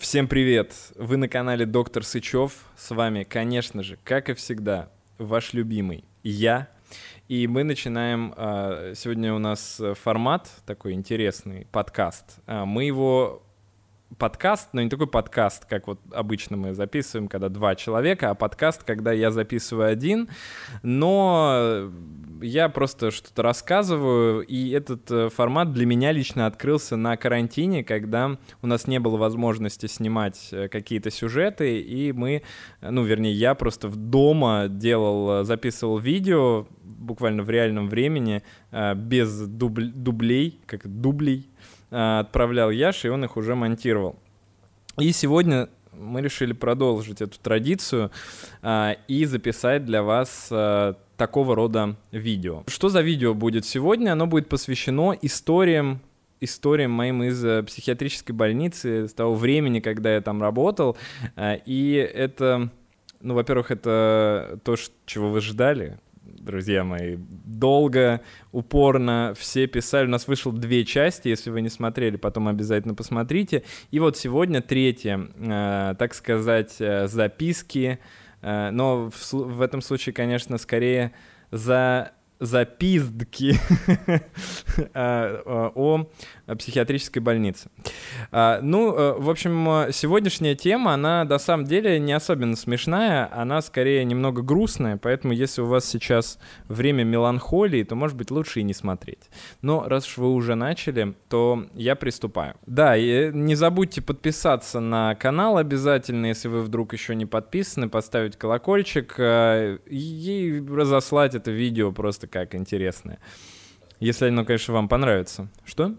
Всем привет! Вы на канале Доктор Сычев. С вами, конечно же, как и всегда, ваш любимый я. И мы начинаем... Сегодня у нас формат такой интересный, подкаст. Мы его... Подкаст, но не такой подкаст, как вот обычно мы записываем, когда два человека, а подкаст, когда я записываю один, но я просто что-то рассказываю, и этот формат для меня лично открылся на карантине, когда у нас не было возможности снимать какие-то сюжеты, и мы, я просто дома записывал видео, буквально в реальном времени, без дублей, отправлял Яше, и он их уже монтировал. И сегодня мы решили продолжить эту традицию и записать для вас такого рода видео. Что за видео будет сегодня? Оно будет посвящено историям моим из психиатрической больницы, с того времени, когда я там работал. И это, во-первых, это то, чего вы ждали, друзья мои. Долго, упорно все писали. У нас вышло 2 части, если вы не смотрели, потом обязательно посмотрите. И вот сегодня 3, так сказать, записки. Но в этом случае, конечно, скорее запиздки о психиатрической больнице. В общем, сегодняшняя тема, она на самом деле не особенно смешная, она скорее немного грустная, поэтому если у вас сейчас время меланхолии, то, может быть, лучше и не смотреть. Но раз уж вы уже начали, то я приступаю. Да, и не забудьте подписаться на канал обязательно, если вы вдруг еще не подписаны, поставить колокольчик и разослать это видео просто как интересное. Если оно, конечно, вам понравится. Что?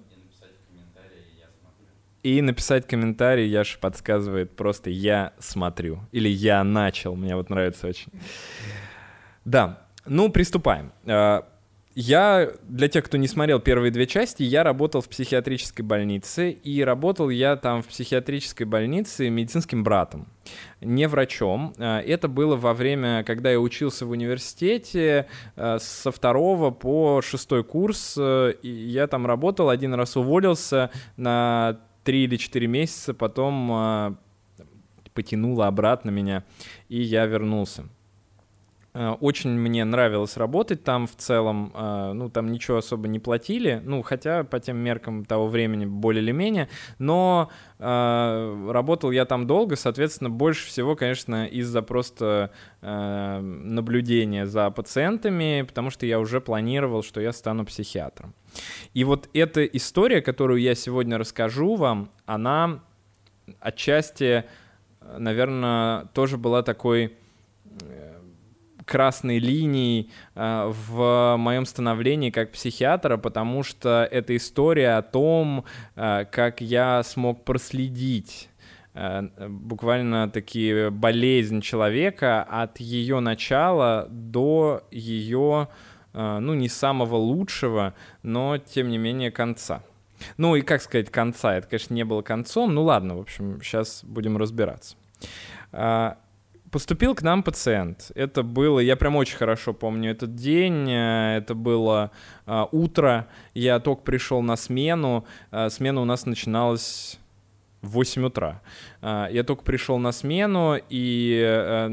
И написать комментарий, Яша подсказывает просто «я смотрю» или «я начал». Мне вот нравится очень. Да, приступаем. Для тех, кто не смотрел первые 2 части, я работал в психиатрической больнице, и работал я там в психиатрической больнице медицинским братом, не врачом. Это было во время, когда я учился в университете, со 2 по 6 курс, и я там работал, 1 раз уволился на 3 или 4 месяца, потом потянуло обратно меня, и я вернулся. Очень мне нравилось работать там в целом, там ничего особо не платили, хотя по тем меркам того времени более или менее, но работал я там долго, соответственно, больше всего, конечно, из-за просто наблюдения за пациентами, потому что я уже планировал, что я стану психиатром. И вот эта история, которую я сегодня расскажу вам, она отчасти, наверное, тоже была такой красной линией в моем становлении как психиатра, потому что это история о том, как я смог проследить буквально-таки болезнь человека от ее начала до ее, не самого лучшего, но, тем не менее, конца. И как сказать конца? Это, конечно, не было концом. Ладно, в общем, сейчас будем разбираться. Поступил к нам пациент. Это было, я прям очень хорошо помню этот день, это было утро, я только пришел на смену, смена у нас начиналась в 8 утра. Я только пришел на смену и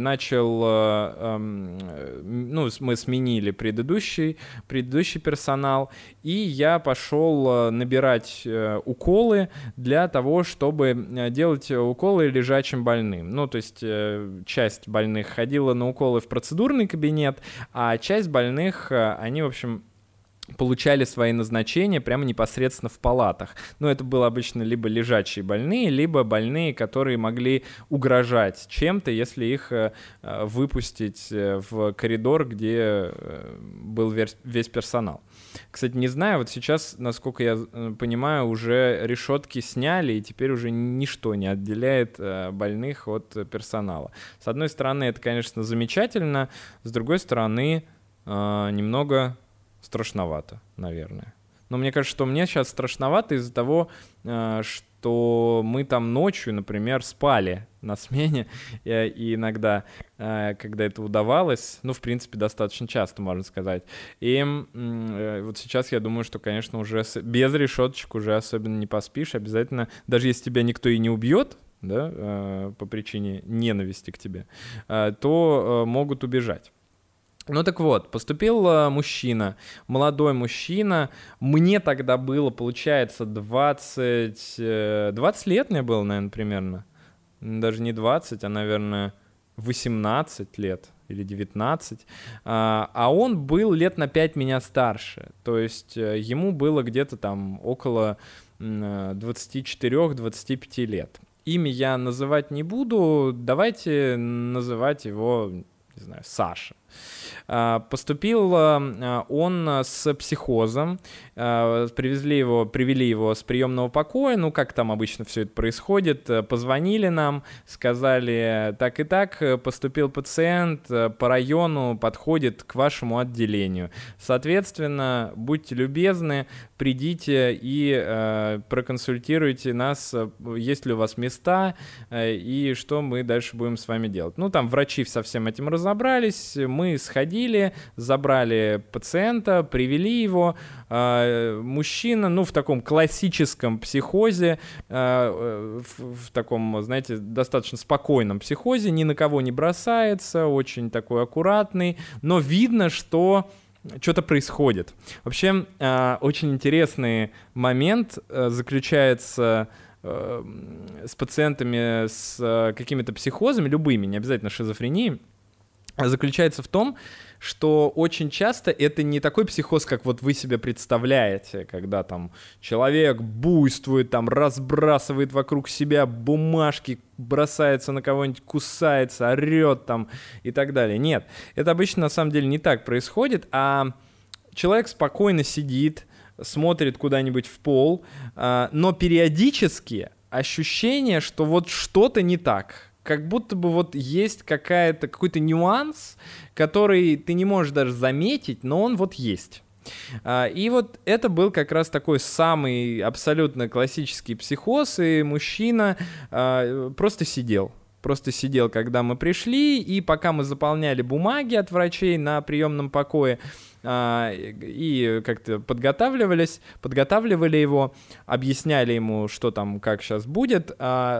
мы сменили предыдущий персонал, и я пошел набирать уколы для того, чтобы делать уколы лежачим больным. То есть часть больных ходила на уколы в процедурный кабинет, а часть больных, они, в общем, получали свои назначения прямо непосредственно в палатах. Это было обычно либо лежачие больные, либо больные, которые могли угрожать чем-то, если их выпустить в коридор, где был весь персонал. Кстати, не знаю, вот сейчас, насколько я понимаю, уже решетки сняли, и теперь уже ничто не отделяет больных от персонала. С одной стороны, это, конечно, замечательно, с другой стороны, немного страшновато, наверное. Но мне кажется, что мне сейчас страшновато из-за того, что мы там ночью, например, спали на смене, и иногда, когда это удавалось, в принципе, достаточно часто, можно сказать. И вот сейчас я думаю, что, конечно, уже без решеточек уже особенно не поспишь, обязательно, даже если тебя никто и не убьет, да, по причине ненависти к тебе, то могут убежать. Ну так вот, поступил мужчина, молодой мужчина, мне тогда было, получается, 20 лет мне было, наверное, примерно, даже не 20, а, наверное, 18 лет или 19, а он был лет на 5 меня старше, то есть ему было где-то там около 24-25 лет. Имя я называть не буду, давайте называть его, не знаю, Саша. Поступил он с психозом, привели его с приемного покоя, ну, как там обычно все это происходит, позвонили нам, сказали, так и так, поступил пациент, по району подходит к вашему отделению. Соответственно, будьте любезны, придите и проконсультируйте нас, есть ли у вас места и что мы дальше будем с вами делать. Ну, там врачи со всем этим разобрались, мы сходили, забрали пациента, привели его. Мужчина, ну, в таком классическом психозе, в таком, знаете, достаточно спокойном психозе, ни на кого не бросается, очень такой аккуратный, но видно, что что-то происходит. Вообще, очень интересный момент заключается с пациентами с какими-то психозами, любыми, не обязательно шизофренией, заключается в том, что очень часто это не такой психоз, как вот вы себе представляете, когда там человек буйствует, там разбрасывает вокруг себя бумажки, бросается на кого-нибудь, кусается, орет там и так далее. Нет, это обычно на самом деле не так происходит, а человек спокойно сидит, смотрит куда-нибудь в пол, но периодически ощущение, что вот что-то не так. Как будто бы вот есть какой-то нюанс, который ты не можешь даже заметить, но он вот есть. И вот это был как раз такой самый абсолютно классический психоз, и мужчина просто сидел. Просто сидел, когда мы пришли, и пока мы заполняли бумаги от врачей на приемном покое, и как-то подготавливали его, объясняли ему, что там, как сейчас будет,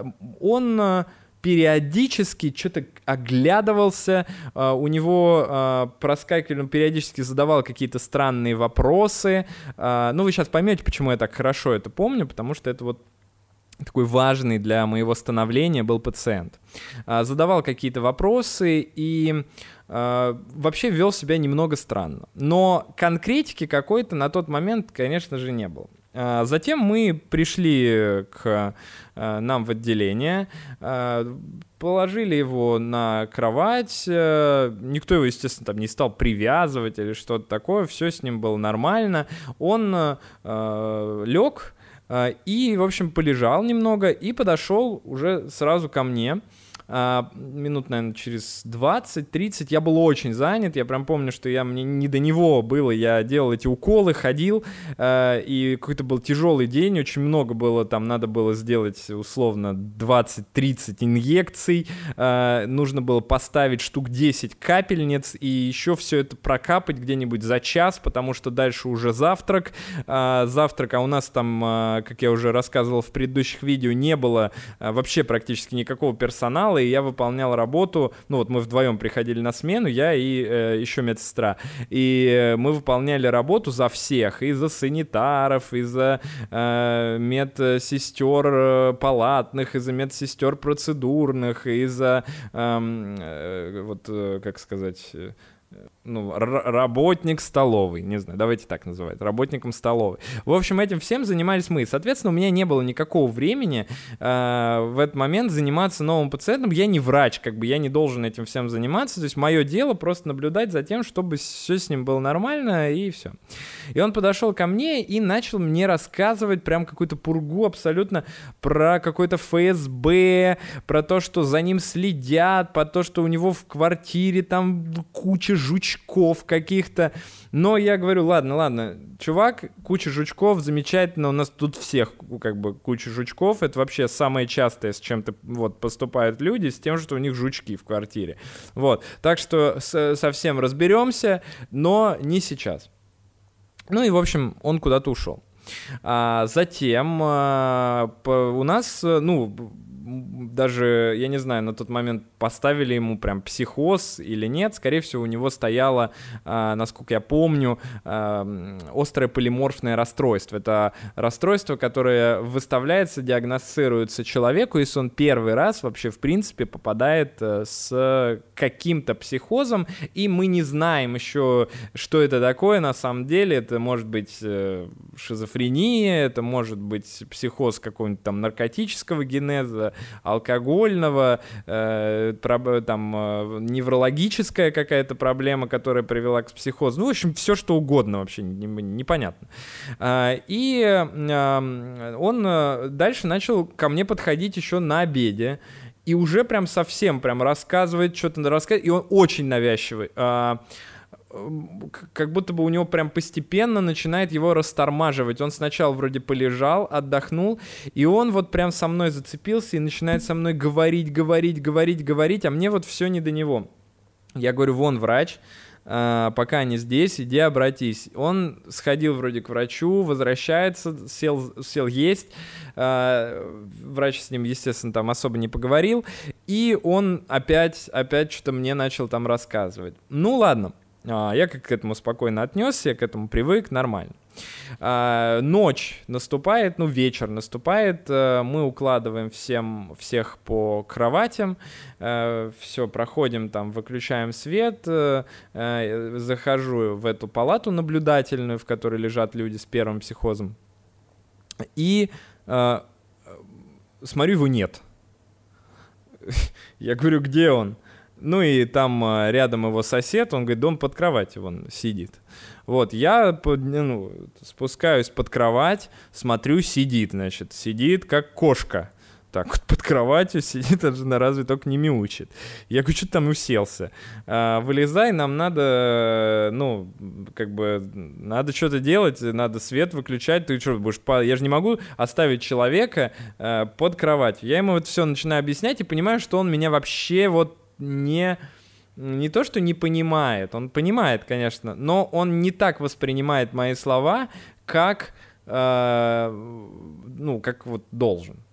он периодически что-то оглядывался, у него проскакивали, он периодически задавал какие-то странные вопросы. Ну, вы сейчас поймете, почему я так хорошо это помню, потому что это вот такой важный для моего становления был пациент. Задавал какие-то вопросы и вообще вел себя немного странно. Но конкретики какой-то на тот момент, конечно же, не было. Затем мы пришли к нам в отделение, положили его на кровать, никто его, естественно, там не стал привязывать или что-то такое, все с ним было нормально. Он лег и, в общем, полежал немного и подошел уже сразу ко мне. Минут, наверное, через 20-30 я был очень занят, я прям помню, что мне не до него было, я делал эти уколы, ходил, и какой-то был тяжелый день, очень много было, там надо было сделать условно 20-30 инъекций, нужно было поставить штук 10 капельниц и еще все это прокапать где-нибудь за час, потому что дальше уже завтрак, а у нас там, как я уже рассказывал в предыдущих видео, не было вообще практически никакого персонала, и я выполнял работу, ну вот мы вдвоем приходили на смену, я и еще медсестра, и мы выполняли работу за всех, и за санитаров, и за медсестер палатных, и за медсестер процедурных, и за, как сказать... Ну, работник столовой, не знаю, давайте так называть, работником столовой. В общем, этим всем занимались мы. Соответственно, у меня не было никакого времени в этот момент заниматься новым пациентом. Я не врач, как бы я не должен этим всем заниматься. То есть мое дело просто наблюдать за тем, чтобы все с ним было нормально, и все. И он подошел ко мне и начал мне рассказывать прям какую-то пургу абсолютно про какой-то ФСБ, про то, что за ним следят, про то, что у него в квартире там куча жучков каких-то. Но я говорю, ладно, чувак, куча жучков, замечательно, у нас тут всех как бы куча жучков, это вообще самое частое, с чем-то вот поступают люди, с тем, что у них жучки в квартире. Вот, так что совсем разберемся, но не сейчас. Ну и, в общем, он куда-то ушел. Затем у нас, даже, я не знаю, на тот момент поставили ему прям психоз или нет. Скорее всего, у него стояло, насколько я помню, острое полиморфное расстройство. Это расстройство, которое выставляется, диагностируется человеку, если он первый раз вообще, в принципе, попадает с каким-то психозом, и мы не знаем еще, что это такое на самом деле. Это может быть шизофрения, это может быть психоз какого-нибудь там наркотического генеза, алкогольного, там неврологическая какая-то проблема, которая привела к психозу. Ну, в общем, все что угодно вообще, непонятно. И он дальше начал ко мне подходить еще на обеде, и уже прям совсем прям рассказывает, что-то рассказывает, и он очень навязчивый. Как будто бы у него прям постепенно начинает его растормаживать. Он сначала вроде полежал, отдохнул, и он вот прям со мной зацепился и начинает со мной говорить, а мне вот все не до него. Я говорю, вон врач, пока они здесь, иди обратись. Он сходил вроде к врачу, возвращается, сел есть. Врач с ним, естественно, там особо не поговорил. И он опять что-то мне начал там рассказывать. Ну ладно, я как к этому спокойно отнесся, я к этому привык, нормально. Ночь наступает, вечер наступает, мы укладываем всех по кроватям, все, проходим там, выключаем свет, захожу в эту палату наблюдательную, в которой лежат люди с первым психозом, и смотрю, его нет. Я говорю, где он? Ну и там рядом его сосед, он говорит, да он под кроватью вон сидит. Вот, я спускаюсь под кровать, смотрю, сидит как кошка. Так вот под кроватью сидит, это же разве только не мяучит. Я говорю, что ты там уселся? Вылезай, нам надо, надо что-то делать, надо свет выключать. Ты что, будешь... Я же не могу оставить человека под кроватью. Я ему это все начинаю объяснять и понимаю, что он меня вообще вот не то, что не понимает, он понимает, конечно, но он не так воспринимает мои слова, как вот должен.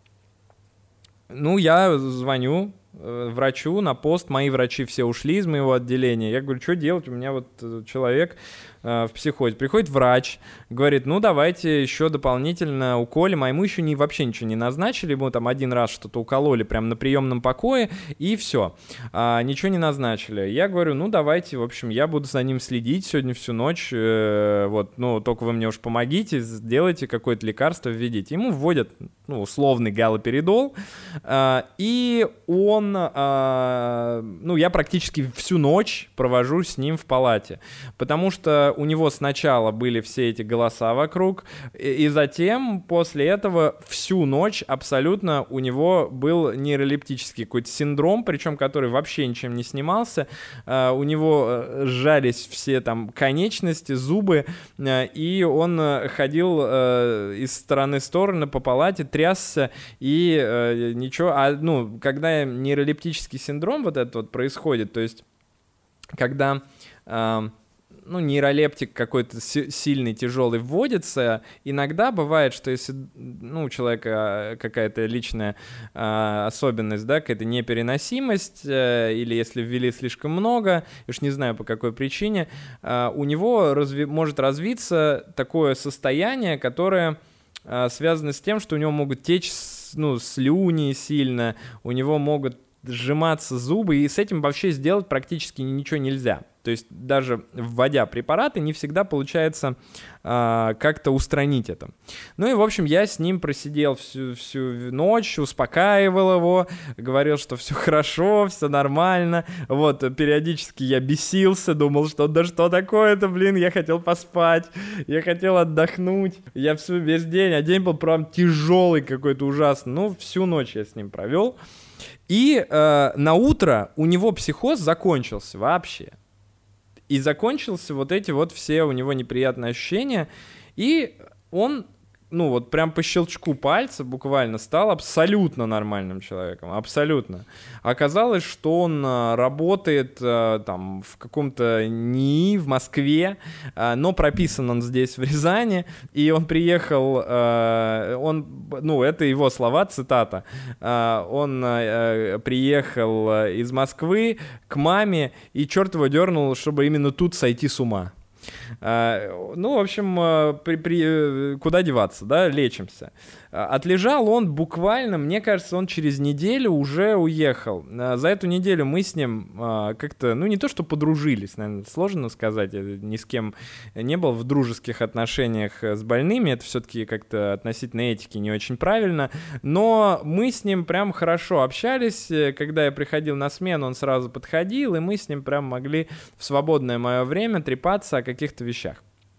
Я звоню врачу на пост, мои врачи все ушли из моего отделения. Я говорю, что делать? У меня вот человек в психозе. Приходит врач, говорит, давайте еще дополнительно уколем, а ему еще вообще ничего не назначили, ему там один раз что-то укололи прямо на приемном покое, и все. Ничего не назначили. Я говорю, давайте, в общем, я буду за ним следить сегодня всю ночь, только вы мне уж помогите, сделайте какое-то лекарство, введите. Ему вводят, условный галоперидол, и он, я практически всю ночь провожу с ним в палате, потому что у него сначала были все эти голоса вокруг, и затем, после этого, всю ночь абсолютно у него был нейролептический какой-то синдром, причем который вообще ничем не снимался, у него сжались все там конечности, зубы, и он ходил из стороны в сторону по палате, трясся, и ничего, когда нейролептический синдром вот этот вот происходит, то есть, когда... нейролептик какой-то сильный, тяжелый вводится, иногда бывает, что если у человека какая-то личная особенность, да, какая-то непереносимость, или если ввели слишком много, уж не знаю по какой причине, у него может развиться такое состояние, которое связано с тем, что у него могут течь слюни сильно, у него могут сжиматься зубы, и с этим вообще сделать практически ничего нельзя. То есть даже вводя препараты, не всегда получается как-то устранить это. И, в общем, я с ним просидел всю ночь, успокаивал его, говорил, что все хорошо, все нормально. Вот, периодически я бесился, думал, что да что такое-то, я хотел поспать, я хотел отдохнуть. Я весь день, а день был прям тяжелый какой-то ужасный. Всю ночь я с ним провел. И на утро у него психоз закончился вообще. И закончился вот эти вот все у него неприятные ощущения. И он ну вот прям по щелчку пальца буквально стал абсолютно нормальным человеком, абсолютно. Оказалось, что он работает там в каком-то НИИ в Москве, но прописан он здесь, в Рязани, и он приехал, ну это его слова, цитата, он приехал из Москвы к маме, и черт его дернул, чтобы именно тут сойти с ума. Ну, в общем, куда деваться, да, лечимся. Отлежал он буквально, мне кажется, он через неделю уже уехал. За эту неделю мы с ним как-то, ну, не то что подружились, наверное, сложно сказать, я ни с кем не был в дружеских отношениях с больными, это все-таки как-то относительно этики не очень правильно, но мы с ним прям хорошо общались, когда я приходил на смену, он сразу подходил, и мы с ним прям могли в свободное мое время трепаться о каких-то вещах.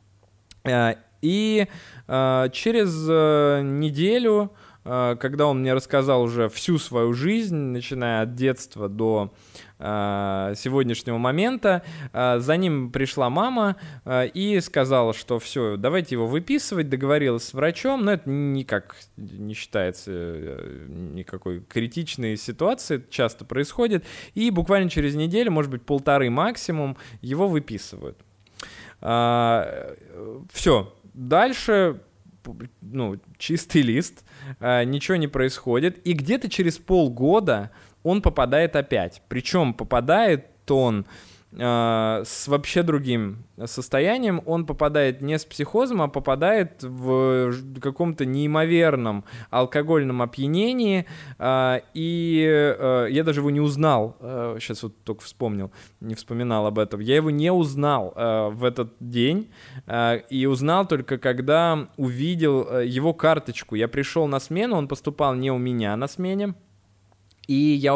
И через неделю, когда он мне рассказал уже всю свою жизнь, начиная от детства до сегодняшнего момента, за ним пришла мама и сказала, что все, давайте его выписывать, договорилась с врачом, но это никак не считается никакой критичной ситуацией, это часто происходит, и буквально через неделю, может быть, полторы максимум, его выписывают. Все. Дальше, ну, чистый лист, ничего не происходит, и где-то через полгода он попадает опять. Причем попадает он с вообще другим состоянием, он попадает не с психозом, а попадает в каком-то неимоверном алкогольном опьянении, и я даже его не узнал, сейчас вот только вспомнил, не вспоминал об этом, я его не узнал в этот день, и узнал только когда увидел его карточку. Я пришел на смену, он поступал не у меня на смене, и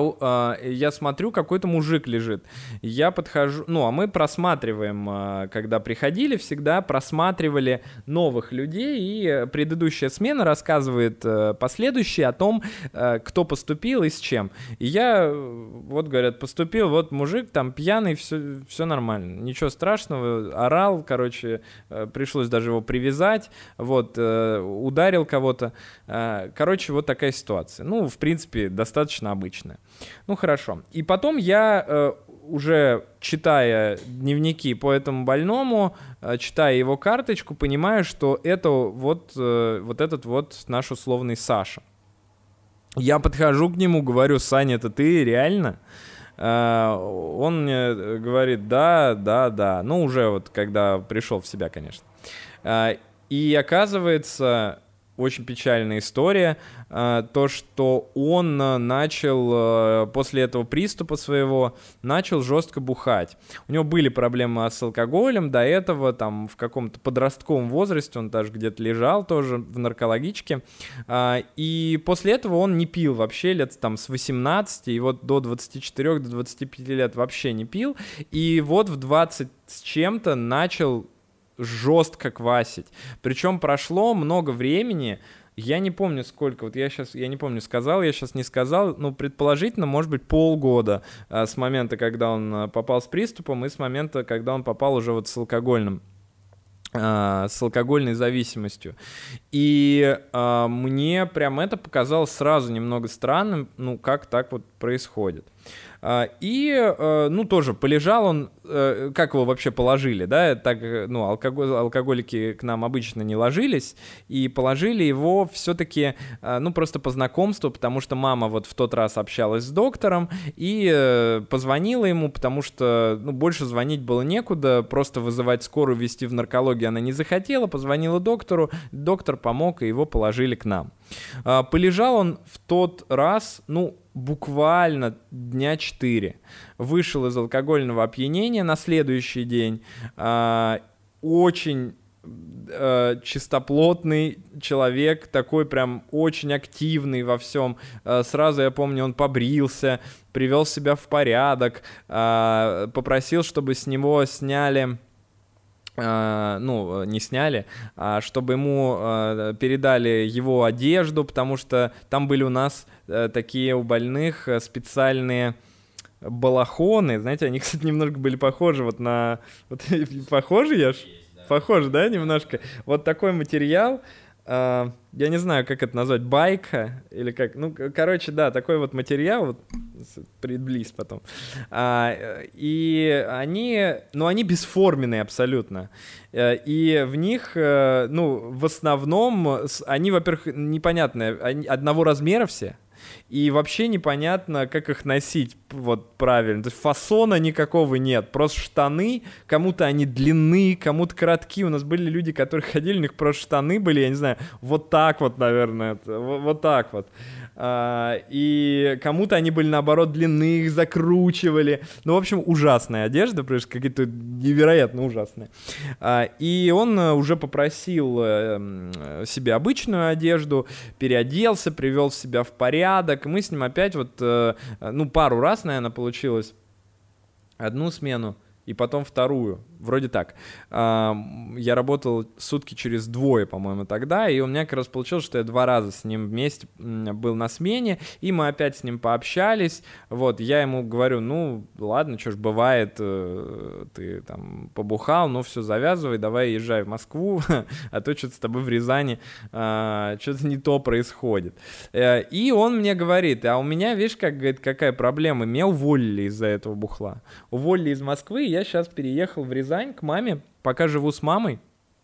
я смотрю, какой-то мужик лежит. Я подхожу, ну, а мы просматриваем, когда приходили, всегда просматривали новых людей, и предыдущая смена рассказывает последующие о том, кто поступил и с чем. И я, вот, говорят, поступил, вот мужик там пьяный, все нормально, ничего страшного, орал, короче, пришлось даже его привязать, вот, ударил кого-то. Короче, вот такая ситуация. Ну, в принципе, достаточно обычная. Ну, хорошо. И потом я, уже читая дневники по этому больному, читая его карточку, понимаю, что это вот этот вот наш условный Саша. Я подхожу к нему, говорю: Саня, это ты реально? Он мне говорит: да. Ну, уже вот когда пришел в себя, конечно. И оказывается... Очень печальная история, то, что он начал, после этого приступа своего, начал жестко бухать. У него были проблемы с алкоголем, до этого там в каком-то подростковом возрасте он даже где-то лежал тоже в наркологичке, и после этого он не пил вообще лет там с 18, и вот до 24, до 25 лет вообще не пил, и вот в 20 с чем-то начал жестко квасить. Причем прошло много времени, я не помню сколько, вот я не помню, сказал я сейчас, не сказал, ну, предположительно, может быть, полгода с момента, когда он попал с приступом, и с момента, когда он попал уже вот с алкогольной зависимостью. И мне прям это показалось сразу немного странным, ну, как так вот происходит. И, ну, тоже полежал он, как его вообще положили, да, так, ну, алкоголики к нам обычно не ложились, и положили его все-таки, ну, просто по знакомству, потому что мама вот в тот раз общалась с доктором и позвонила ему, потому что, ну, больше звонить было некуда, просто вызывать скорую, везти в наркологию она не захотела, позвонила доктору, доктор помог, и его положили к нам. Полежал он в тот раз, ну, буквально дня 4. Вышел из алкогольного опьянения на следующий день. Очень чистоплотный человек, такой прям очень активный во всем. Сразу, я помню, он побрился, привел себя в порядок, попросил, чтобы с него сняли... ну, не сняли, а чтобы ему передали его одежду, потому что там были у нас такие у больных специальные балахоны, знаете, они, кстати, немножко были похожи вот на... Вот, похожи, Яш? Похожи, да, немножко? Вот такой материал, я не знаю, как это назвать, байка или как, ну, короче, да, такой вот материал, вот, приблизь потом. И они бесформенные абсолютно. И в них, ну, в основном, они, во-первых, непонятные, они одного размера все. И вообще непонятно, как их носить вот правильно. То есть фасона никакого нет. Просто штаны, кому-то они длинные, кому-то короткие. У нас были люди, которые ходили, у них просто штаны были, я не знаю, вот так вот, наверное. Вот так вот. И кому-то они были, наоборот, длинные, их закручивали. Ну, в общем, ужасная одежда, потому что какие-то невероятно ужасные. И он уже попросил себе обычную одежду, переоделся, привел себя в порядок. Мы с ним опять вот, ну, пару раз, наверное, получилось одну смену и потом вторую. Вроде так. Я работал сутки через двое, по-моему, тогда, и у меня как раз получилось, что я 2 раза с ним вместе был на смене, и мы опять с ним пообщались. Вот, я ему говорю, ну, ладно, что ж, бывает, ты там побухал, ну, все, завязывай, давай езжай в Москву, а то что-то с тобой в Рязани что-то не то происходит. И он мне говорит, а у меня, видишь, как, говорит, какая проблема, меня уволили из-за этого бухла. Уволили из Москвы, и я сейчас переехал в Рязань к маме, пока живу с мамой.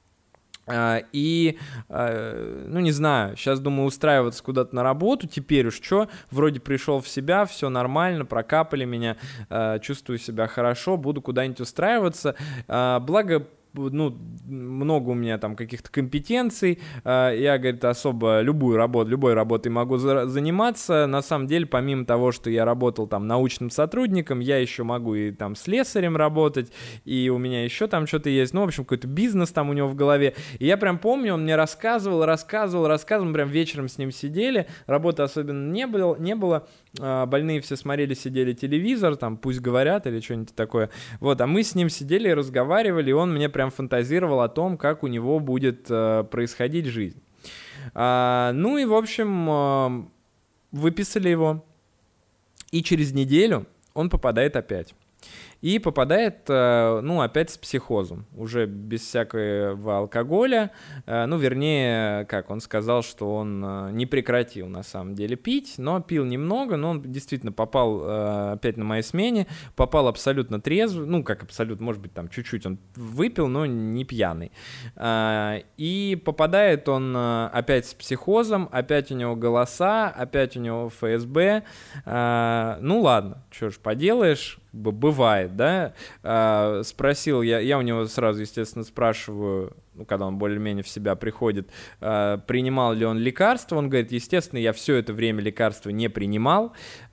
И, ну, не знаю, сейчас думаю устраиваться куда-то на работу, теперь уж что, вроде пришел в себя, все нормально, прокапали меня, чувствую себя хорошо, буду куда-нибудь устраиваться. Благо, ну, много у меня там каких-то компетенций, я, говорит, особо любой работой могу заниматься. На самом деле, помимо того, что я работал там научным сотрудником, я еще могу и там слесарем работать, и у меня еще там что-то есть, ну, в общем, какой-то бизнес там у него в голове. И я прям помню, он мне рассказывал, мы прям вечером с ним сидели, работы особенно не было, больные все смотрели, сидели телевизор, там, пусть говорят или что-нибудь такое. Вот, а мы с ним сидели и разговаривали, и он мне прям фантазировал о том, как у него будет происходить жизнь. Ну и, в общем, выписали его, и через неделю он попадает опять. И попадает, ну, опять с психозом, уже без всякого алкоголя. Ну, вернее, как он сказал, что он не прекратил, на самом деле, пить, но пил немного, но он действительно попал опять на моей смене, попал абсолютно трезвый, ну, как абсолютно, может быть, там чуть-чуть он выпил, но не пьяный. И попадает он опять с психозом, опять у него голоса, опять у него ФСБ. Ну, ладно, что ж поделаешь. Бывает, да, спросил, я у него сразу, естественно, спрашиваю, ну, когда он более-менее в себя приходит, принимал ли он лекарства, он говорит, естественно, я все это время лекарства не принимал,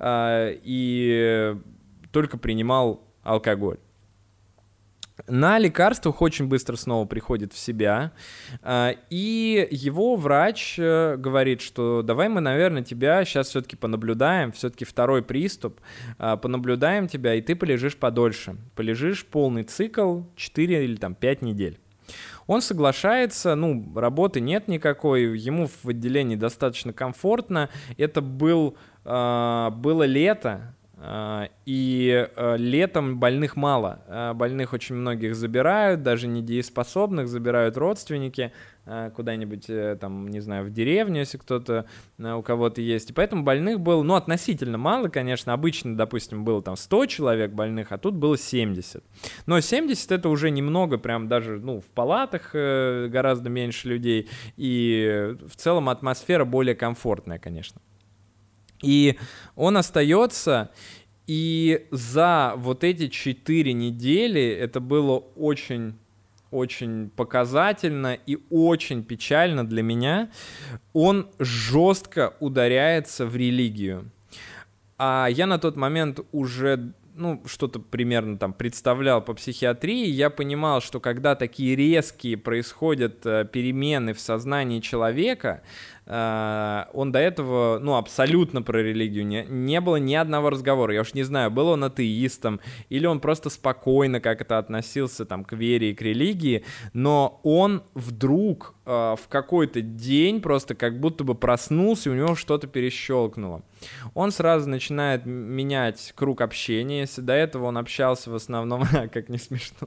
и только принимал алкоголь. На лекарствах очень быстро снова приходит в себя, и его врач говорит, что давай мы, наверное, тебя сейчас все-таки понаблюдаем, все-таки второй приступ, понаблюдаем тебя, и ты полежишь подольше, полежишь полный цикл 4 или там 5 недель. Он соглашается, ну, работы нет никакой, ему в отделении достаточно комфортно, это было лето, и летом больных мало, больных очень многих забирают, даже недееспособных забирают родственники куда-нибудь, там, не знаю, в деревню, если кто-то, у кого-то есть, и поэтому больных было, ну, относительно мало, конечно, обычно, допустим, было там 100 человек больных, а тут было 70, но 70 это уже немного, прям даже, ну, в палатах гораздо меньше людей, и в целом атмосфера более комфортная, конечно. И он остается, и за вот эти 4 недели это было очень показательно и очень печально для меня. Он жестко ударяется в религию. А я на тот момент уже, ну, что-то примерно там представлял по психиатрии, я понимал, что когда такие резкие происходят перемены в сознании человека, он до этого, ну, абсолютно про религию не было ни одного разговора. Я уж не знаю, был он атеистом, или он просто спокойно как-то относился там к вере и к религии, но он вдруг в какой-то день просто как будто бы проснулся, и у него что-то перещелкнуло. Он сразу начинает менять круг общения. Если до этого он общался в основном, как не смешно,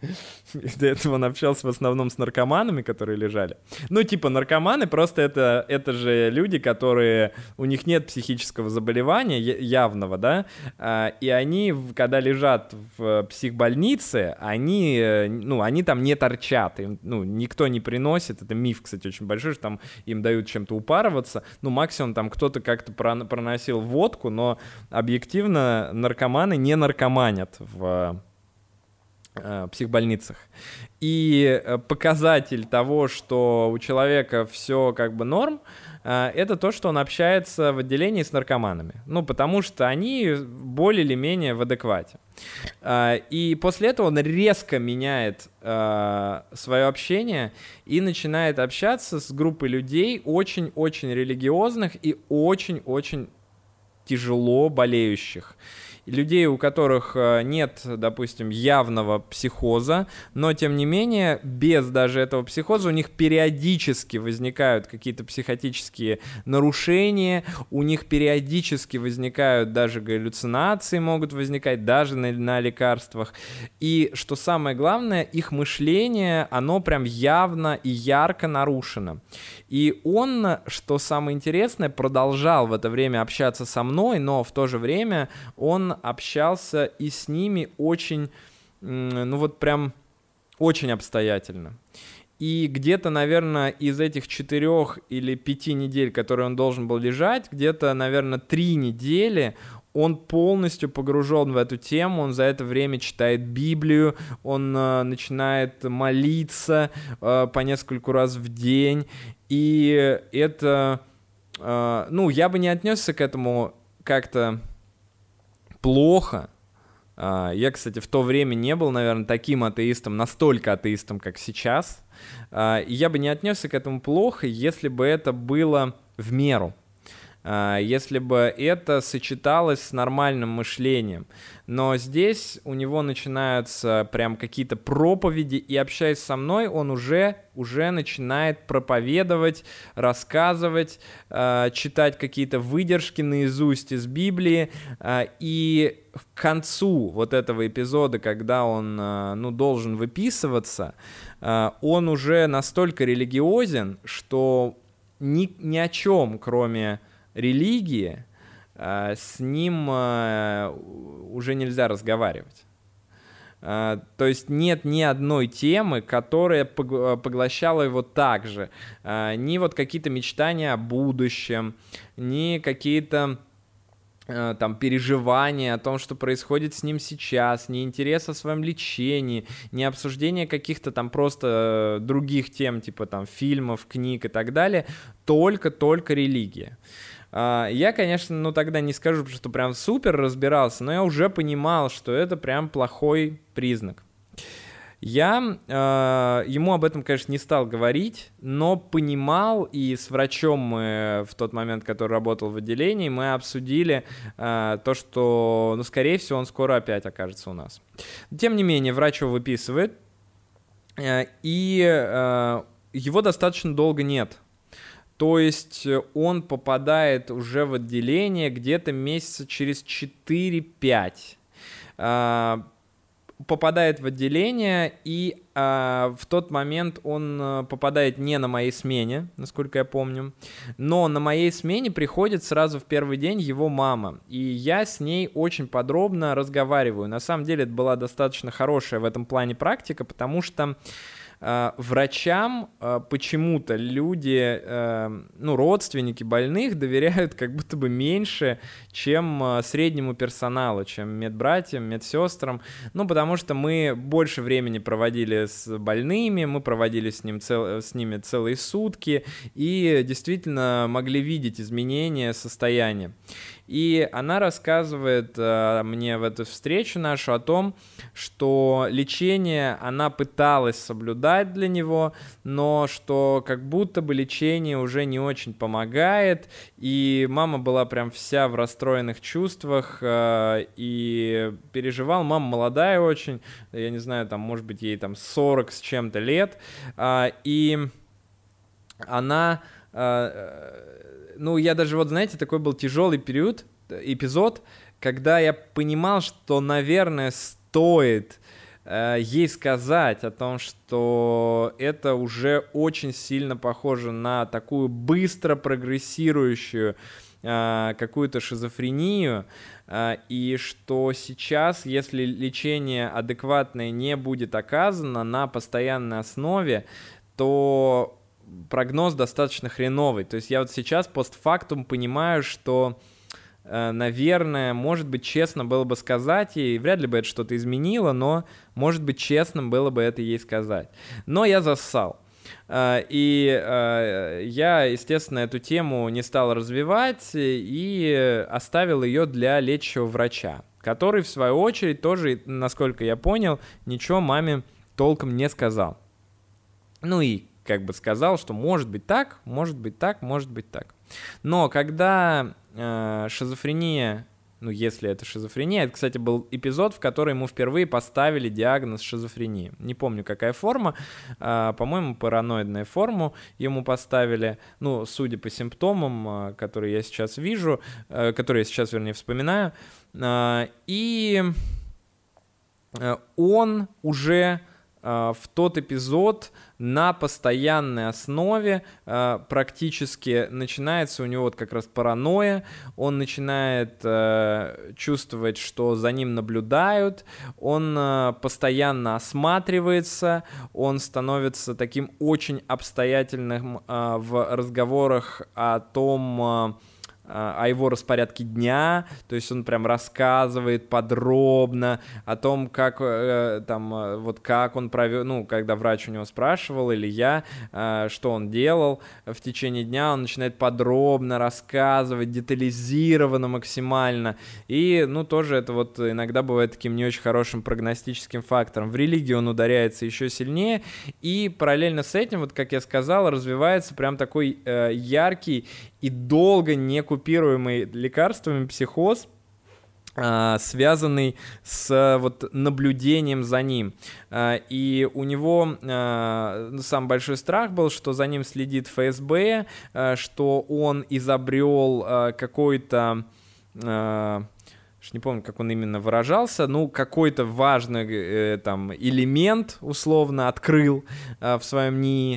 До этого он общался в основном с наркоманами, которые лежали. Ну, типа, наркоманы просто это же люди, которые... У них нет психического заболевания явного, да, и они, когда лежат в психбольнице, они там не торчат, им, никто не приносит. Это миф, кстати, очень большой, что там им дают чем-то упарываться. Максимум там кто-то как-то проносил водку, но объективно наркоманы не наркоманят в психбольницах. И показатель того, что у человека все как бы норм, это то, что он общается в отделении с наркоманами. Потому что они более или менее в адеквате. И после этого он резко меняет свое общение и начинает общаться с группой людей очень-очень религиозных и очень-очень тяжело болеющих. Людей, у которых нет, допустим, явного психоза, но, тем не менее, без даже этого психоза у них периодически возникают какие-то психотические нарушения, у них периодически возникают даже галлюцинации, могут возникать даже на лекарствах. И, что самое главное, их мышление, оно прям явно и ярко нарушено. И он, что самое интересное, продолжал в это время общаться со мной, но в то же время он общался и с ними очень, прям очень обстоятельно. И где-то, наверное, из этих 4 или 5 недель, которые он должен был лежать, где-то, наверное, 3 недели он полностью погружен в эту тему, он за это время читает Библию, он начинает молиться по нескольку раз в день, и это, я бы не отнесся к этому как-то плохо. Я, кстати, в то время не был, наверное, таким атеистом, настолько атеистом, как сейчас. И я бы не отнесся к этому плохо, если бы это было в меру. Если бы это сочеталось с нормальным мышлением. Но здесь у него начинаются прям какие-то проповеди, и, общаясь со мной, он уже начинает проповедовать, рассказывать, читать какие-то выдержки наизусть из Библии. И к концу вот этого эпизода, когда он должен выписываться, он уже настолько религиозен, что ни о чем, кроме религии, с ним уже нельзя разговаривать. То есть нет ни одной темы, которая поглощала его так же. Ни вот какие-то мечтания о будущем, ни какие-то там переживания о том, что происходит с ним сейчас, ни интерес о своем лечении, ни обсуждение каких-то там просто других тем, типа там фильмов, книг и так далее, только религия. Я, конечно, тогда не скажу, что прям супер разбирался, но я уже понимал, что это прям плохой признак. Я ему об этом, конечно, не стал говорить, но понимал, и с врачом мы в тот момент, который работал в отделении, мы обсудили то, что, скорее всего, он скоро опять окажется у нас. Тем не менее, врач его выписывает, и его достаточно долго нет. То есть он попадает уже в отделение где-то месяца через 4-5. Попадает в отделение, и в тот момент он попадает не на моей смене, насколько я помню, но на моей смене приходит сразу в первый день его мама, и я с ней очень подробно разговариваю. На самом деле это была достаточно хорошая в этом плане практика, потому что врачам почему-то люди, родственники больных доверяют как будто бы меньше, чем среднему персоналу, чем медбратьям, медсестрам, потому что мы больше времени проводили с больными, мы проводили с ними целые сутки и действительно могли видеть изменения состояния. И она рассказывает мне в эту встречу нашу о том, что лечение она пыталась соблюдать для него, но что как будто бы лечение уже не очень помогает, и мама была прям вся в расстроенных чувствах и переживала. Мама молодая очень, я не знаю, там, может быть, ей там 40 с чем-то лет, и она... я даже, знаете, такой был тяжелый эпизод, когда я понимал, что, наверное, стоит ей сказать о том, что это уже очень сильно похоже на такую быстро прогрессирующую какую-то шизофрению, и что сейчас, если лечение адекватное не будет оказано на постоянной основе, то прогноз достаточно хреновый. То есть я вот сейчас постфактум понимаю, что, наверное, может быть, честно было бы сказать ей, вряд ли бы это что-то изменило, но, может быть, честным было бы это ей сказать. Но я зассал. И я, естественно, эту тему не стал развивать и оставил ее для лечащего врача, который, в свою очередь, тоже, насколько я понял, ничего маме толком не сказал. Ну и как бы сказал, что может быть так, может быть так, может быть так. Но когда шизофрения... Ну, если это шизофрения. Это, кстати, был эпизод, в который ему впервые поставили диагноз шизофрении. Не помню, какая форма. По-моему, параноидная форму ему поставили. Ну, судя по симптомам, которые я сейчас вижу, которые я сейчас, вернее, вспоминаю. И он уже в тот эпизод на постоянной основе практически начинается у него вот как раз паранойя, он начинает чувствовать, что за ним наблюдают, он постоянно осматривается, он становится таким очень обстоятельным в разговорах о том, о его распорядке дня, то есть он прям рассказывает подробно о том, как как он провел, ну, когда врач у него спрашивал, или я, что он делал в течение дня, он начинает подробно рассказывать, детализированно максимально, и, ну, тоже это вот иногда бывает таким не очень хорошим прогностическим фактором. В религию он ударяется еще сильнее, и параллельно с этим, вот как я сказал, развивается прям такой яркий и долго не купируемый лекарствами психоз, связанный с вот наблюдением за ним. И у него самый большой страх был, что за ним следит ФСБ, что он изобрел какой-то... не помню, как он именно выражался, ну, какой-то важный там элемент, условно, открыл в своем НИИ,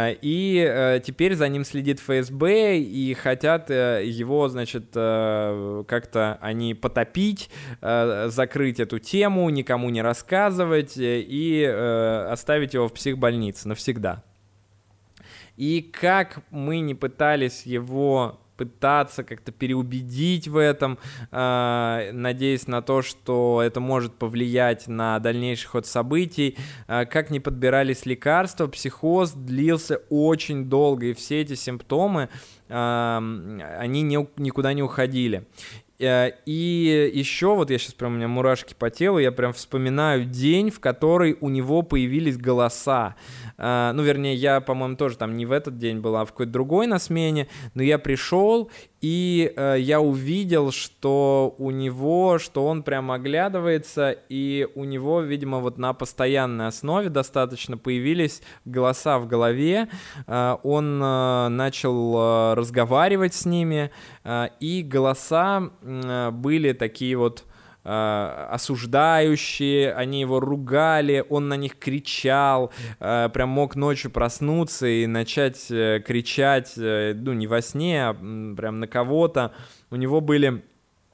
и теперь за ним следит ФСБ, и хотят его, значит, как-то они потопить, закрыть эту тему, никому не рассказывать и оставить его в психбольнице навсегда. И как мы не пытались его как-то переубедить в этом, надеясь на то, что это может повлиять на дальнейший ход событий. Как ни подбирались лекарства, психоз длился очень долго, и все эти симптомы, они никуда не уходили. И еще, вот я сейчас прям, у меня мурашки по телу, я прям вспоминаю день, в который у него появились голоса. Ну, вернее, я, по-моему, тоже там не в этот день был, а в какой-то другой на смене, но я пришел, и я увидел, что у него, что он прям оглядывается, и у него, видимо, вот на постоянной основе достаточно появились голоса в голове, он начал разговаривать с ними, и голоса были такие вот осуждающие, они его ругали, он на них кричал, прям мог ночью проснуться и начать кричать, ну, не во сне, а прям на кого-то. У него были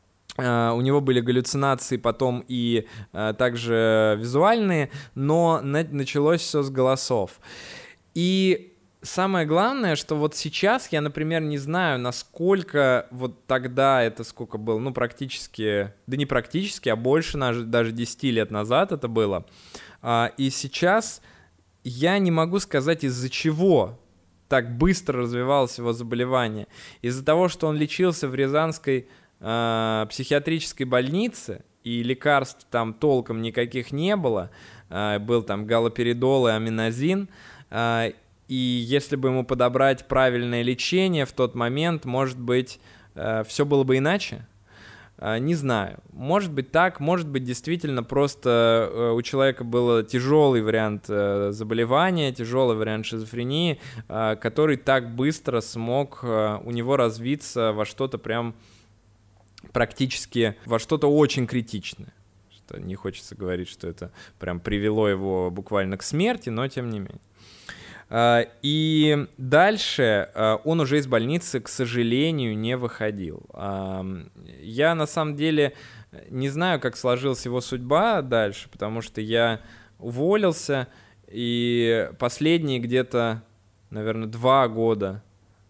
галлюцинации потом и также визуальные, но началось все с голосов. И самое главное, что вот сейчас я, например, не знаю, насколько вот тогда это сколько было, ну, практически, да не практически, а больше даже 10 лет назад это было. И сейчас я не могу сказать, из-за чего так быстро развивалось его заболевание. Из-за того, что он лечился в Рязанской психиатрической больнице, и лекарств там толком никаких не было, был там галоперидол и аминозин, и если бы ему подобрать правильное лечение в тот момент, может быть, все было бы иначе? Не знаю. Может быть так, может быть действительно просто у человека был тяжелый вариант заболевания, тяжелый вариант шизофрении, который так быстро смог у него развиться во что-то прям практически, во что-то очень критичное. Это не хочется говорить, что это прям привело его буквально к смерти, но тем не менее. И дальше он уже из больницы, к сожалению, не выходил. Я на самом деле не знаю, как сложилась его судьба дальше, потому что я уволился, и последние где-то, наверное, 2 года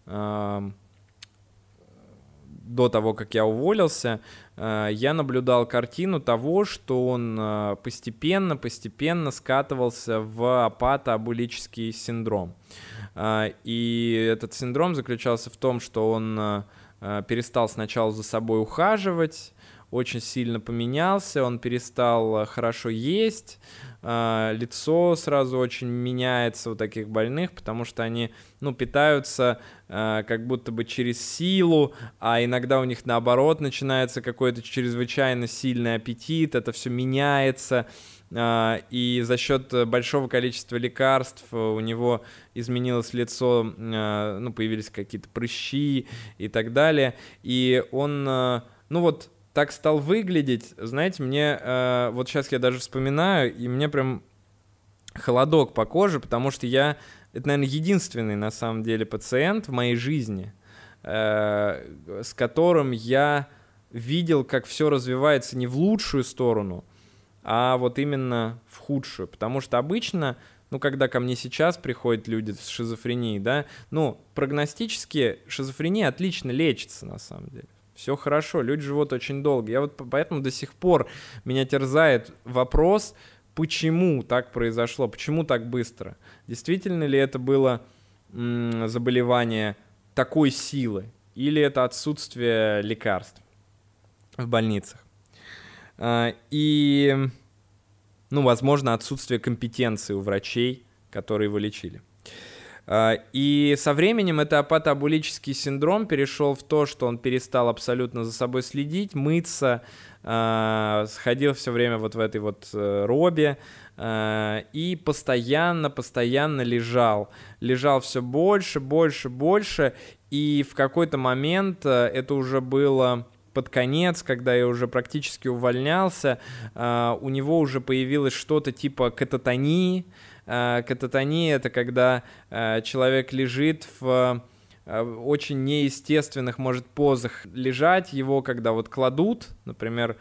до того, как я уволился, я наблюдал картину того, что он постепенно скатывался в апатоабулический синдром. И этот синдром заключался в том, что он перестал сначала за собой ухаживать, очень сильно поменялся, он перестал хорошо есть, лицо сразу очень меняется у таких больных, потому что они, питаются как будто бы через силу, а иногда у них наоборот начинается какой-то чрезвычайно сильный аппетит, это все меняется, и за счет большого количества лекарств у него изменилось лицо, появились какие-то прыщи и так далее, и он, так стал выглядеть, знаете, мне, вот сейчас я даже вспоминаю, и мне прям холодок по коже, потому что это, наверное, единственный, на самом деле, пациент в моей жизни, с которым я видел, как все развивается не в лучшую сторону, а вот именно в худшую, потому что обычно, когда ко мне сейчас приходят люди с шизофренией, да, прогностически шизофрения отлично лечится, на самом деле. Все хорошо, люди живут очень долго. Я вот поэтому до сих пор меня терзает вопрос, почему так произошло, почему так быстро. Действительно ли это было заболевание такой силы, или это отсутствие лекарств в больницах? И, возможно, отсутствие компетенции у врачей, которые его лечили. И со временем этот апатоабулический синдром перешел в то, что он перестал абсолютно за собой следить, мыться, сходил все время вот в этой вот робе и постоянно лежал все больше, и в какой-то момент, это уже было под конец, когда я уже практически увольнялся, у него уже появилось что-то типа кататонии. Кататония — это когда человек лежит в очень неестественных, может, позах лежать, его когда вот кладут, например,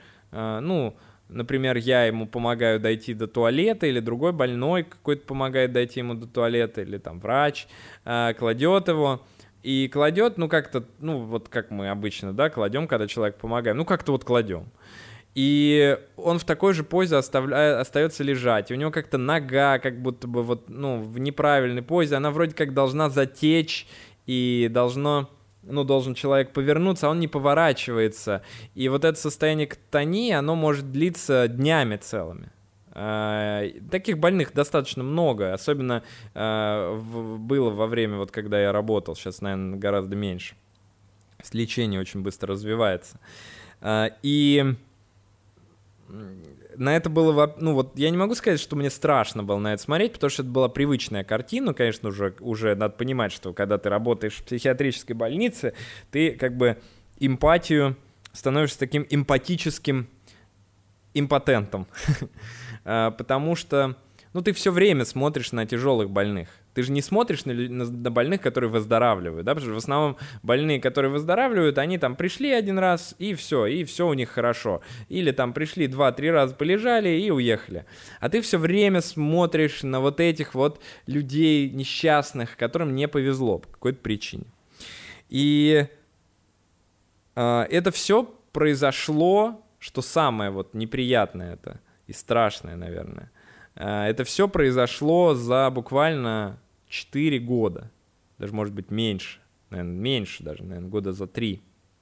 я ему помогаю дойти до туалета, или другой больной какой-то помогает дойти ему до туалета, или там врач кладет его, и кладет, вот как мы обычно, да, кладем, когда человеку помогаем, как-то вот кладем. И он в такой же позе остается лежать. И у него как-то нога как будто бы в неправильной позе. Она вроде как должна затечь, и должен человек повернуться, а он не поворачивается. И вот это состояние кататонии, оно может длиться днями целыми. Таких больных достаточно много. Особенно было во время, когда я работал. Сейчас, наверное, гораздо меньше. Лечение очень быстро развивается. И на это было, я не могу сказать, что мне страшно было на это смотреть, потому что это была привычная картина, конечно, уже надо понимать, что когда ты работаешь в психиатрической больнице, ты как бы становишься таким эмпатическим импотентом, потому что, ты все время смотришь на тяжелых больных. Ты же не смотришь на больных, которые выздоравливают, да, потому что в основном больные, которые выздоравливают, они там пришли один раз, и все у них хорошо. Или там пришли 2-3 раза, полежали и уехали. А ты все время смотришь на вот этих вот людей несчастных, которым не повезло по какой-то причине. И это все произошло, что самое вот неприятное это и страшное, наверное. Это все произошло за буквально 4 года, даже, может быть, меньше, наверное, года за 3.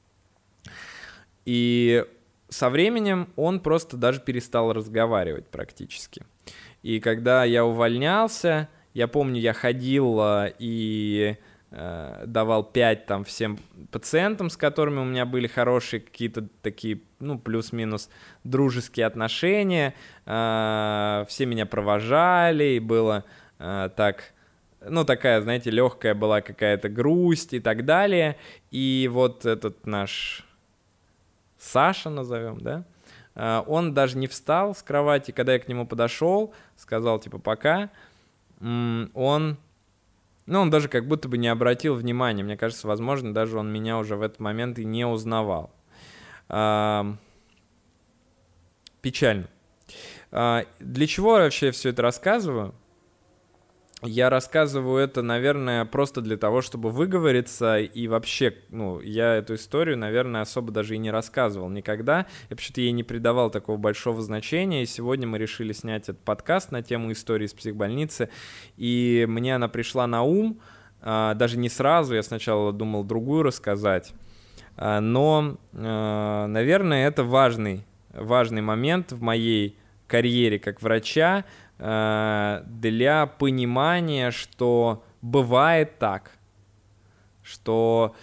И со временем он просто даже перестал разговаривать практически. И когда я увольнялся, я помню, я ходил и давал 5 там всем пациентам, с которыми у меня были хорошие какие-то такие, плюс-минус дружеские отношения. Все меня провожали, и было так, такая, знаете, легкая была какая-то грусть и так далее. И вот этот наш Саша, назовем, да, Он даже не встал с кровати, когда я к нему подошел, сказал типа пока, он даже как будто бы не обратил внимания. Мне кажется, возможно, даже он меня уже в этот момент и не узнавал. Печально. Для чего я вообще все это рассказываю? Я рассказываю это, наверное, просто для того, чтобы выговориться, и вообще, я эту историю, наверное, особо даже и не рассказывал никогда. Я почему-то ей не придавал такого большого значения, и сегодня мы решили снять этот подкаст на тему истории из психбольницы, и мне она пришла на ум, даже не сразу, я сначала думал другую рассказать, но, наверное, это важный момент в моей карьере как врача, для понимания, что бывает так, что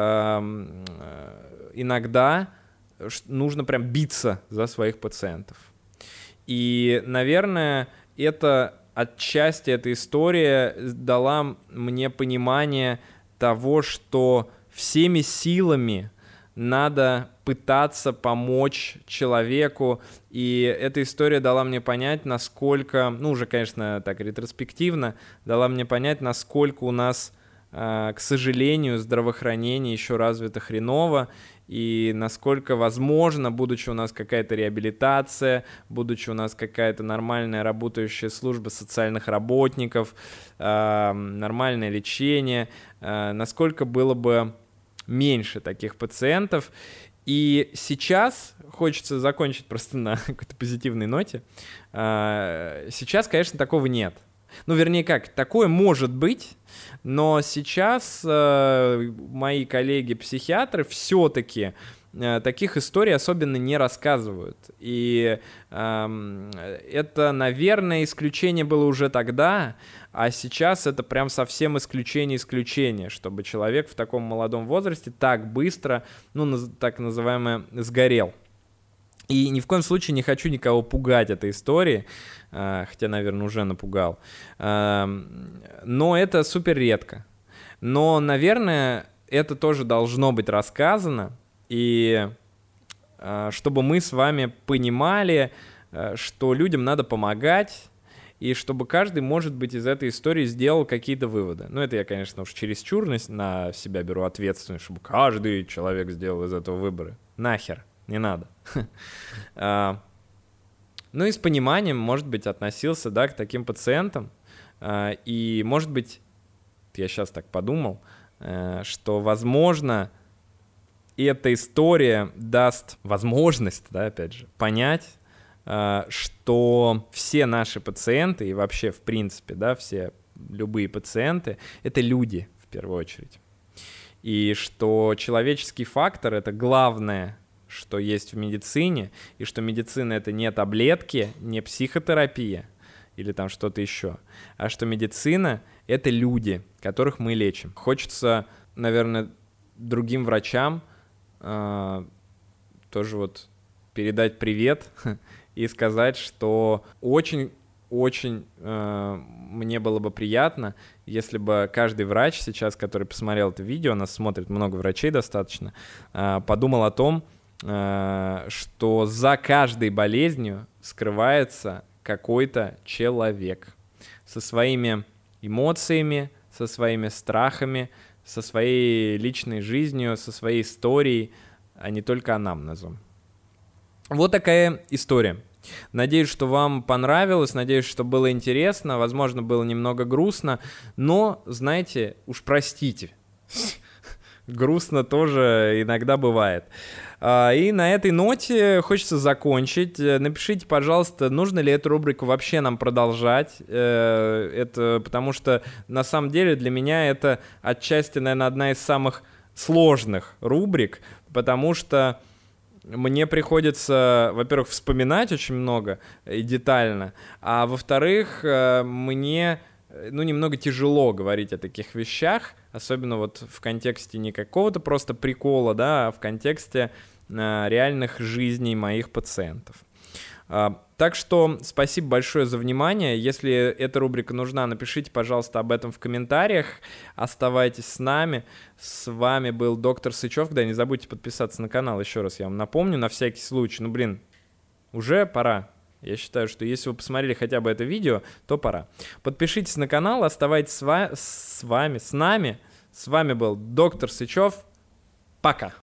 иногда нужно прям биться за своих пациентов. И, наверное, отчасти эта история дала мне понимание того, что всеми силами надо пытаться помочь человеку, и эта история дала мне понять, насколько, уже, конечно, так ретроспективно, дала мне понять, насколько у нас, к сожалению, здравоохранение еще развито хреново, и насколько возможно, будучи у нас какая-то реабилитация, будучи у нас какая-то нормальная работающая служба социальных работников, нормальное лечение, насколько было бы меньше таких пациентов. И сейчас хочется закончить просто на какой-то позитивной ноте. Сейчас, конечно, такого нет. Вернее как, такое может быть, но сейчас мои коллеги-психиатры все-таки таких историй особенно не рассказывают. И это, наверное, исключение было уже тогда, а сейчас это прям совсем исключение, чтобы человек в таком молодом возрасте так быстро, так называемое, сгорел. И ни в коем случае не хочу никого пугать этой историей, хотя, наверное, уже напугал. Но это супер редко. Но, наверное, это тоже должно быть рассказано, и чтобы мы с вами понимали, что людям надо помогать, и чтобы каждый, может быть, из этой истории сделал какие-то выводы. Это я, конечно, уж чересчур на себя беру ответственность, чтобы каждый человек сделал из этого выборы. Нахер, не надо. И с пониманием, может быть, относился, к таким пациентам. И, может быть, я сейчас так подумал, что, возможно, эта история даст возможность, опять же, понять, что все наши пациенты и вообще, в принципе, все любые пациенты — это люди, в первую очередь. И что человеческий фактор — это главное, что есть в медицине, и что медицина — это не таблетки, не психотерапия или там что-то еще, а что медицина — это люди, которых мы лечим. Хочется, наверное, другим врачам тоже передать привет и сказать, что очень мне было бы приятно, если бы каждый врач сейчас, который посмотрел это видео, нас смотрит много врачей достаточно, подумал о том, что за каждой болезнью скрывается какой-то человек со своими эмоциями, со своими страхами, со своей личной жизнью, со своей историей, а не только анамнезом. Вот такая история. Надеюсь, что вам понравилось, надеюсь, что было интересно, возможно, было немного грустно, но, знаете, уж простите, грустно тоже иногда бывает. И на этой ноте хочется закончить. Напишите, пожалуйста, нужно ли эту рубрику вообще нам продолжать. Это потому что, на самом деле, для меня это отчасти, наверное, одна из самых сложных рубрик, потому что мне приходится, во-первых, вспоминать очень много и детально, а во-вторых, мне немного тяжело говорить о таких вещах, особенно в контексте не какого-то просто прикола, а в контексте реальных жизней моих пациентов. Так что спасибо большое за внимание. Если эта рубрика нужна, напишите, пожалуйста, об этом в комментариях. Оставайтесь с нами. С вами был доктор Сычев. Да, не забудьте подписаться на канал, еще раз я вам напомню, на всякий случай. уже пора. Я считаю, что если вы посмотрели хотя бы это видео, то пора. Подпишитесь на канал, оставайтесь с нами. С вами был доктор Сычев. Пока.